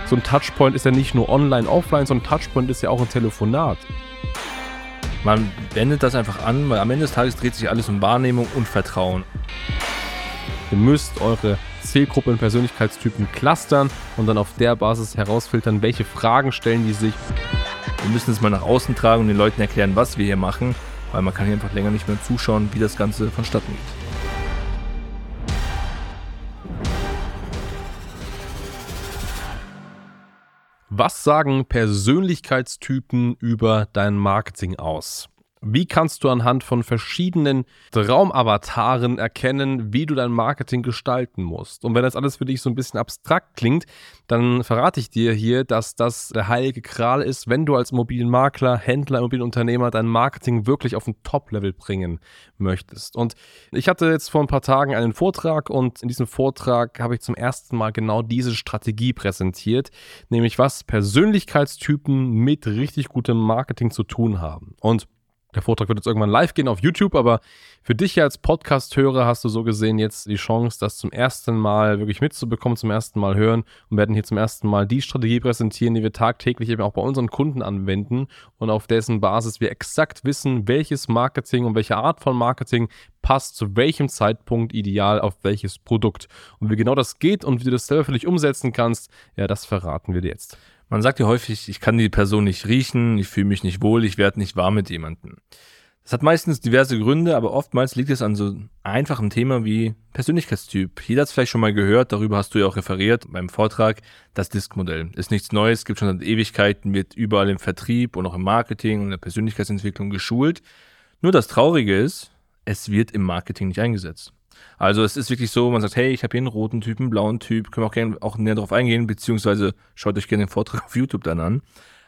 So ein Touchpoint ist ja nicht nur online, offline, so ein Touchpoint ist ja auch ein Telefonat. Man wendet das einfach an, weil am Ende des Tages dreht sich alles um Wahrnehmung und Vertrauen. Ihr müsst eure Zielgruppe und Persönlichkeitstypen clustern und dann auf der Basis herausfiltern, welche Fragen stellen die sich. Wir müssen es mal nach außen tragen und den Leuten erklären, was wir hier machen, weil man kann hier einfach länger nicht mehr zuschauen, wie das Ganze vonstatten geht. Was sagen Persönlichkeitstypen über dein Marketing aus? Wie kannst du anhand von verschiedenen Traumavataren erkennen, wie du dein Marketing gestalten musst? Und wenn das alles für dich so ein bisschen abstrakt klingt, dann verrate ich dir hier, dass das der heilige Gral ist, wenn du als Immobilienmakler, Händler, Immobilienunternehmer dein Marketing wirklich auf ein Top-Level bringen möchtest. Und ich hatte jetzt vor ein paar Tagen einen Vortrag und in diesem Vortrag habe ich zum ersten Mal genau diese Strategie präsentiert, nämlich was Persönlichkeitstypen mit richtig gutem Marketing zu tun haben. Und der Vortrag wird jetzt irgendwann live gehen auf YouTube, aber für dich als Podcast-Hörer hast du so gesehen jetzt die Chance, das zum ersten Mal wirklich mitzubekommen, zum ersten Mal hören und werden hier zum ersten Mal die Strategie präsentieren, die wir tagtäglich eben auch bei unseren Kunden anwenden und auf dessen Basis wir exakt wissen, welches Marketing und welche Art von Marketing passt zu welchem Zeitpunkt ideal auf welches Produkt. Und wie genau das geht und wie du das selber für dich umsetzen kannst, ja, das verraten wir dir jetzt. Man sagt ja häufig, ich kann die Person nicht riechen, ich fühle mich nicht wohl, ich werde nicht warm mit jemandem. Das hat meistens diverse Gründe, aber oftmals liegt es an so einfachen Thema wie Persönlichkeitstyp. Jeder hat es vielleicht schon mal gehört, darüber hast du ja auch referiert beim Vortrag. Das DISC-Modell ist nichts Neues, gibt schon seit Ewigkeiten, wird überall im Vertrieb und auch im Marketing und in der Persönlichkeitsentwicklung geschult. Nur das Traurige ist, es wird im Marketing nicht eingesetzt. Also es ist wirklich so, man sagt, hey, ich habe hier einen roten Typ, einen blauen Typ, können wir auch gerne auch näher drauf eingehen, beziehungsweise schaut euch gerne den Vortrag auf YouTube dann an.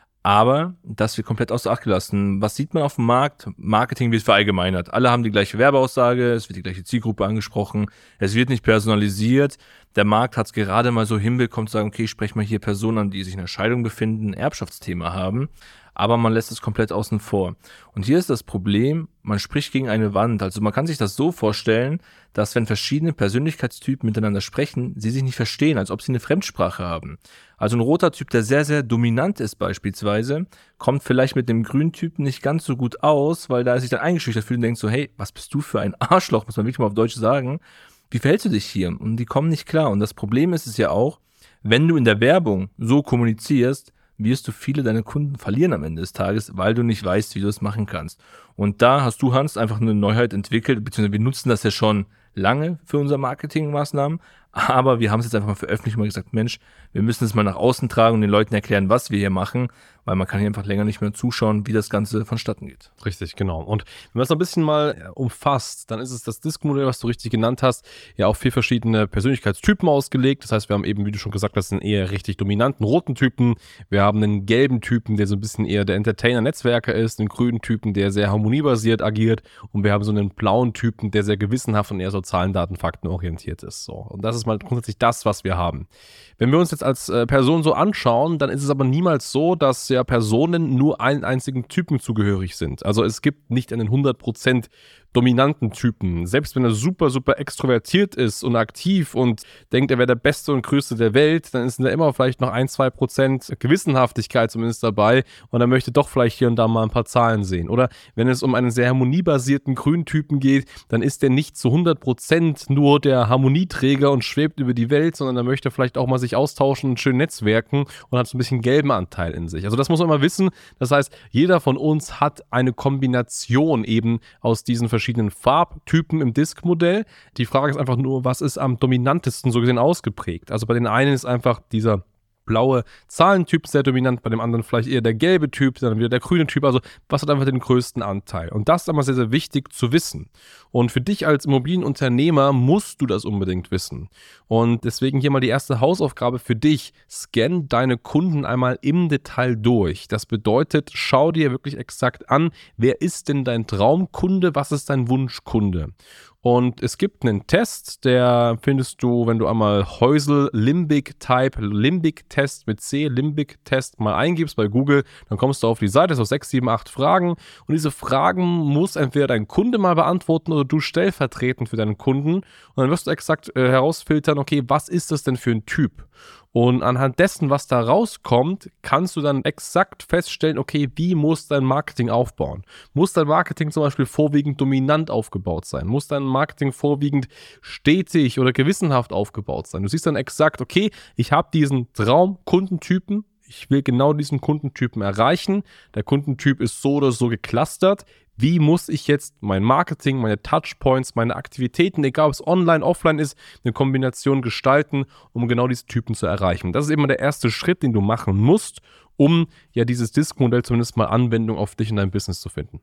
Aber das wird komplett außer Acht gelassen. Was sieht man auf dem Markt? Marketing wird verallgemeinert. Alle haben die gleiche Werbeaussage, es wird die gleiche Zielgruppe angesprochen, es wird nicht personalisiert. Der Markt hat es gerade mal so hinbekommen zu sagen, okay, ich spreche mal hier Personen an, die sich in einer Scheidung befinden, ein Erbschaftsthema haben. Aber man lässt es komplett außen vor. Und hier ist das Problem, man spricht gegen eine Wand. Also man kann sich das so vorstellen, dass wenn verschiedene Persönlichkeitstypen miteinander sprechen, sie sich nicht verstehen, als ob sie eine Fremdsprache haben. Also ein roter Typ, der sehr, sehr dominant ist beispielsweise, kommt vielleicht mit dem grünen Typen nicht ganz so gut aus, weil da er sich dann eingeschüchtert fühlt und denkt so, hey, was bist du für ein Arschloch, muss man wirklich mal auf Deutsch sagen. Wie verhältst du dich hier? Und die kommen nicht klar. Und das Problem ist es ja auch, wenn du in der Werbung so kommunizierst, wirst du viele deiner Kunden verlieren am Ende des Tages, weil du nicht weißt, wie du das machen kannst. Und da hast du, Hans, einfach eine Neuheit entwickelt, beziehungsweise wir nutzen das ja schon lange für unsere Marketingmaßnahmen, aber wir haben es jetzt einfach mal veröffentlicht und mal gesagt, Mensch, wir müssen es mal nach außen tragen und den Leuten erklären, was wir hier machen, weil man kann hier einfach länger nicht mehr zuschauen, wie das Ganze vonstatten geht. Richtig, genau. Und wenn man es ein bisschen mal umfasst, dann ist es das DISC-Modell, was du richtig genannt hast, ja auf 4 verschiedene Persönlichkeitstypen ausgelegt. Das heißt, wir haben eben, wie du schon gesagt hast, einen eher richtig dominanten roten Typen. Wir haben einen gelben Typen, der so ein bisschen eher der Entertainer-Netzwerker ist, einen grünen Typen, der sehr harmoniebasiert agiert und wir haben so einen blauen Typen, der sehr gewissenhaft und eher so Zahlen, Daten, Fakten orientiert ist. So. Und das ist mal grundsätzlich das, was wir haben. Wenn wir uns jetzt als Person so anschauen, dann ist es aber niemals so, dass ja Personen nur einen einzigen Typen zugehörig sind. Also es gibt nicht einen 100% dominanten Typen. Selbst wenn er super, super extrovertiert ist und aktiv und denkt, er wäre der Beste und Größte der Welt, dann ist da immer vielleicht noch 1-2% Gewissenhaftigkeit zumindest dabei und er möchte doch vielleicht hier und da mal ein paar Zahlen sehen. Oder wenn es um einen sehr harmoniebasierten Grüntypen geht, dann ist der nicht zu 100% nur der Harmonieträger und schwebt über die Welt, sondern er möchte vielleicht auch mal sich austauschen und schön netzwerken und hat so ein bisschen gelben Anteil in sich. Also das muss man mal wissen. Das heißt, jeder von uns hat eine Kombination eben aus diesen verschiedenen Farbtypen im DISC-Modell. Die Frage ist einfach nur, was ist am dominantesten so gesehen ausgeprägt? Also bei den einen ist einfach dieser blaue Zahlentyp sehr dominant, bei dem anderen vielleicht eher der gelbe Typ, dann wieder der grüne Typ, also was hat einfach den größten Anteil? Und das ist immer sehr, sehr wichtig zu wissen. Und für dich als Immobilienunternehmer musst du das unbedingt wissen. Und deswegen hier mal die erste Hausaufgabe für dich. Scan deine Kunden einmal im Detail durch. Das bedeutet, schau dir wirklich exakt an, wer ist denn dein Traumkunde, was ist dein Wunschkunde? Und es gibt einen Test, der findest du, wenn du einmal Heusel Limbic Type Limbic Test mit C, Limbic Test mal eingibst bei Google, dann kommst du auf die Seite, so 6, 7, 8 Fragen und diese Fragen muss entweder dein Kunde mal beantworten oder du stellvertretend für deinen Kunden und dann wirst du exakt herausfiltern, okay, was ist das denn für ein Typ? Und anhand dessen, was da rauskommt, kannst du dann exakt feststellen, okay, wie muss dein Marketing aufbauen? Muss dein Marketing zum Beispiel vorwiegend dominant aufgebaut sein? Muss dein Marketing vorwiegend stetig oder gewissenhaft aufgebaut sein? Du siehst dann exakt, okay, ich habe diesen Traumkundentypen, ich will genau diesen Kundentypen erreichen. Der Kundentyp ist so oder so geclustert. Wie muss ich jetzt mein Marketing, meine Touchpoints, meine Aktivitäten, egal ob es online, offline ist, eine Kombination gestalten, um genau diese Typen zu erreichen? Das ist eben der erste Schritt, den du machen musst, um ja dieses Disk-Modell zumindest mal Anwendung auf dich und dein Business zu finden.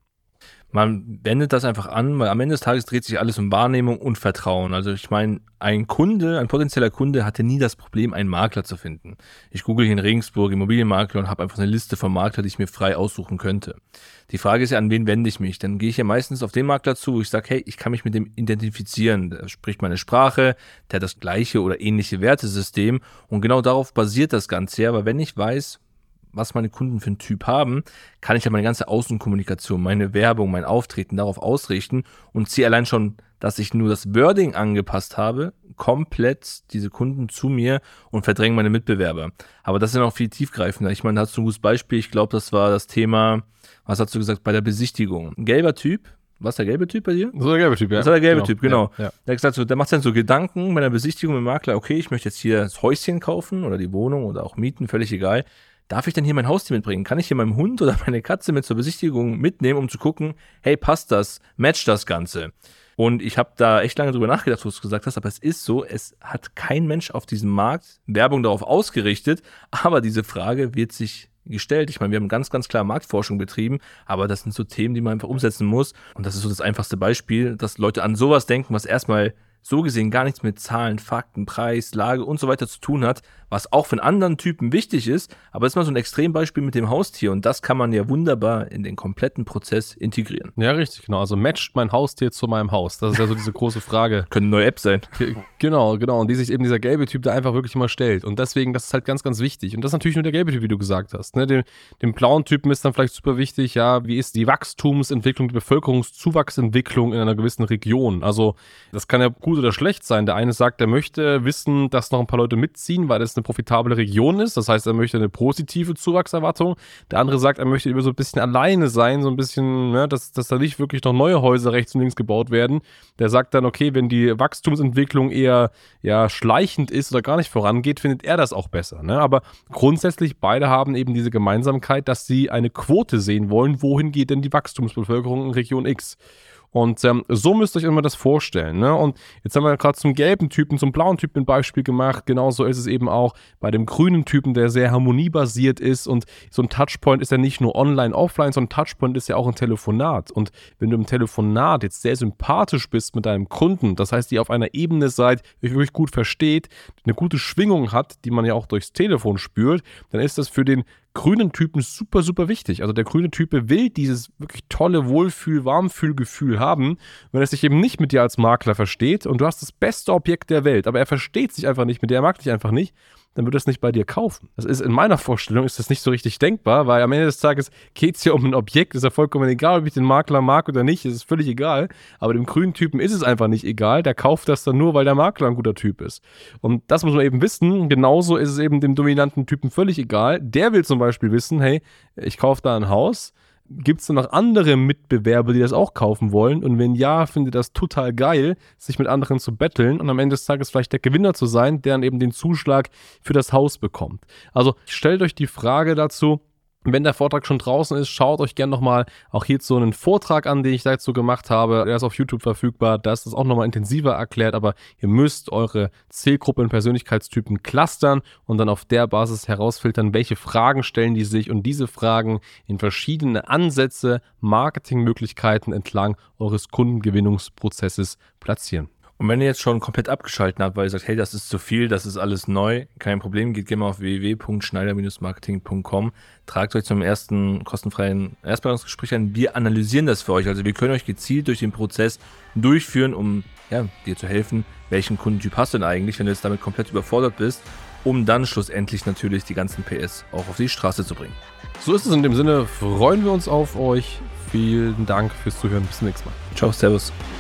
Man wendet das einfach an, weil am Ende des Tages dreht sich alles um Wahrnehmung und Vertrauen. Also ich meine, ein potenzieller Kunde hatte nie das Problem, einen Makler zu finden. Ich google hier in Regensburg Immobilienmakler und habe einfach eine Liste von Maklern, die ich mir frei aussuchen könnte. Die Frage ist ja, an wen wende ich mich? Dann gehe ich ja meistens auf den Makler zu, wo ich sage, hey, ich kann mich mit dem identifizieren. Der spricht meine Sprache, der hat das gleiche oder ähnliche Wertesystem und genau darauf basiert das Ganze ja, weil wenn ich weiß, was meine Kunden für einen Typ haben, kann ich ja meine ganze Außenkommunikation, meine Werbung, mein Auftreten darauf ausrichten und ziehe allein schon, dass ich nur das Wording angepasst habe, komplett diese Kunden zu mir und verdränge meine Mitbewerber. Aber das ist ja noch viel tiefgreifender. Ich meine, da hast du ein gutes Beispiel. Ich glaube, das war das Thema, was hast du gesagt, bei der Besichtigung. Ein gelber Typ. Was der gelbe Typ bei dir? Das war der gelbe Typ, ja. Das war der gelbe Typ, genau. Ja. Der hat gesagt, so, der macht dann so Gedanken bei der Besichtigung mit dem Makler, okay, ich möchte jetzt hier das Häuschen kaufen oder die Wohnung oder auch mieten, völlig egal. Darf ich denn hier mein Haustier mitbringen? Kann ich hier meinen Hund oder meine Katze mit zur Besichtigung mitnehmen, um zu gucken, hey, passt das? Matcht das Ganze? Und ich habe da echt lange drüber nachgedacht, was du gesagt hast, aber es ist so, es hat kein Mensch auf diesem Markt Werbung darauf ausgerichtet, aber diese Frage wird sich gestellt. Ich meine, wir haben ganz, ganz klar Marktforschung betrieben, aber das sind so Themen, die man einfach umsetzen muss. Und das ist so das einfachste Beispiel, dass Leute an sowas denken, was erstmal so gesehen gar nichts mit Zahlen, Fakten, Preis, Lage und so weiter zu tun hat, was auch für einen anderen Typen wichtig ist, aber das ist mal so ein Extrembeispiel mit dem Haustier und das kann man ja wunderbar in den kompletten Prozess integrieren. Ja, richtig, genau. Also matcht mein Haustier zu meinem Haus? Das ist ja so diese große Frage. Können eine neue App sein. Genau. Und die sich eben dieser gelbe Typ da einfach wirklich mal stellt. Und deswegen, das ist halt ganz, ganz wichtig. Und das ist natürlich nur der gelbe Typ, wie du gesagt hast. Ne? Dem blauen Typen ist dann vielleicht super wichtig, ja, wie ist die Wachstumsentwicklung, die Bevölkerungszuwachsentwicklung in einer gewissen Region? Also, das kann ja gut oder schlecht sein. Der eine sagt, er möchte wissen, dass noch ein paar Leute mitziehen, weil das eine profitable Region ist. Das heißt, er möchte eine positive Zuwachserwartung. Der andere sagt, er möchte immer so ein bisschen alleine sein, so ein bisschen, ne, dass da nicht wirklich noch neue Häuser rechts und links gebaut werden. Der sagt dann, okay, wenn die Wachstumsentwicklung eher schleichend ist oder gar nicht vorangeht, findet er das auch besser. Ne? Aber grundsätzlich, beide haben eben diese Gemeinsamkeit, dass sie eine Quote sehen wollen, wohin geht denn die Wachstumsbevölkerung in Region X. Und so müsst ihr euch immer das vorstellen. Ne? Und jetzt haben wir gerade zum gelben Typen, zum blauen Typen ein Beispiel gemacht. Genauso ist es eben auch bei dem grünen Typen, der sehr harmoniebasiert ist. Und so ein Touchpoint ist ja nicht nur online, offline, sondern ein Touchpoint ist ja auch ein Telefonat. Und wenn du im Telefonat jetzt sehr sympathisch bist mit deinem Kunden, das heißt, ihr auf einer Ebene seid, die euch wirklich gut versteht, eine gute Schwingung hat, die man ja auch durchs Telefon spürt, dann ist das für den grünen Typen super, super wichtig. Also der grüne Type will dieses wirklich tolle Wohlfühl-Warmfühlgefühl haben, wenn er sich eben nicht mit dir als Makler versteht und du hast das beste Objekt der Welt, aber er versteht sich einfach nicht mit dir, er mag dich einfach nicht, dann wird er es nicht bei dir kaufen. Das ist in meiner Vorstellung ist das nicht so richtig denkbar, weil am Ende des Tages geht es ja um ein Objekt, ist ja vollkommen egal, ob ich den Makler mag oder nicht, ist völlig egal, aber dem grünen Typen ist es einfach nicht egal, der kauft das dann nur, weil der Makler ein guter Typ ist. Und das muss man eben wissen, genauso ist es eben dem dominanten Typen völlig egal, der will zum Beispiel wissen, hey, ich kaufe da ein Haus, gibt es dann noch andere Mitbewerber, die das auch kaufen wollen? Und wenn ja, findet das total geil, sich mit anderen zu betteln und am Ende des Tages vielleicht der Gewinner zu sein, der dann eben den Zuschlag für das Haus bekommt. Also stellt euch die Frage dazu, wenn der Vortrag schon draußen ist, schaut euch gerne nochmal auch hierzu einen Vortrag an, den ich dazu gemacht habe. Der ist auf YouTube verfügbar. Da ist das auch nochmal intensiver erklärt, aber ihr müsst eure Zielgruppen, Persönlichkeitstypen clustern und dann auf der Basis herausfiltern, welche Fragen stellen die sich und diese Fragen in verschiedene Ansätze, Marketingmöglichkeiten entlang eures Kundengewinnungsprozesses platzieren. Und wenn ihr jetzt schon komplett abgeschaltet habt, weil ihr sagt, hey, das ist zu viel, das ist alles neu, kein Problem, geht gerne mal auf www.schneider-marketing.com, tragt euch zum ersten kostenfreien Erstberatungsgespräch an. Wir analysieren das für euch, also wir können euch gezielt durch den Prozess durchführen, um dir zu helfen, welchen Kundentyp hast du denn eigentlich, wenn du jetzt damit komplett überfordert bist, um dann schlussendlich natürlich die ganzen PS auch auf die Straße zu bringen. So ist es in dem Sinne, freuen wir uns auf euch. Vielen Dank fürs Zuhören, bis zum nächsten Mal. Ciao, servus.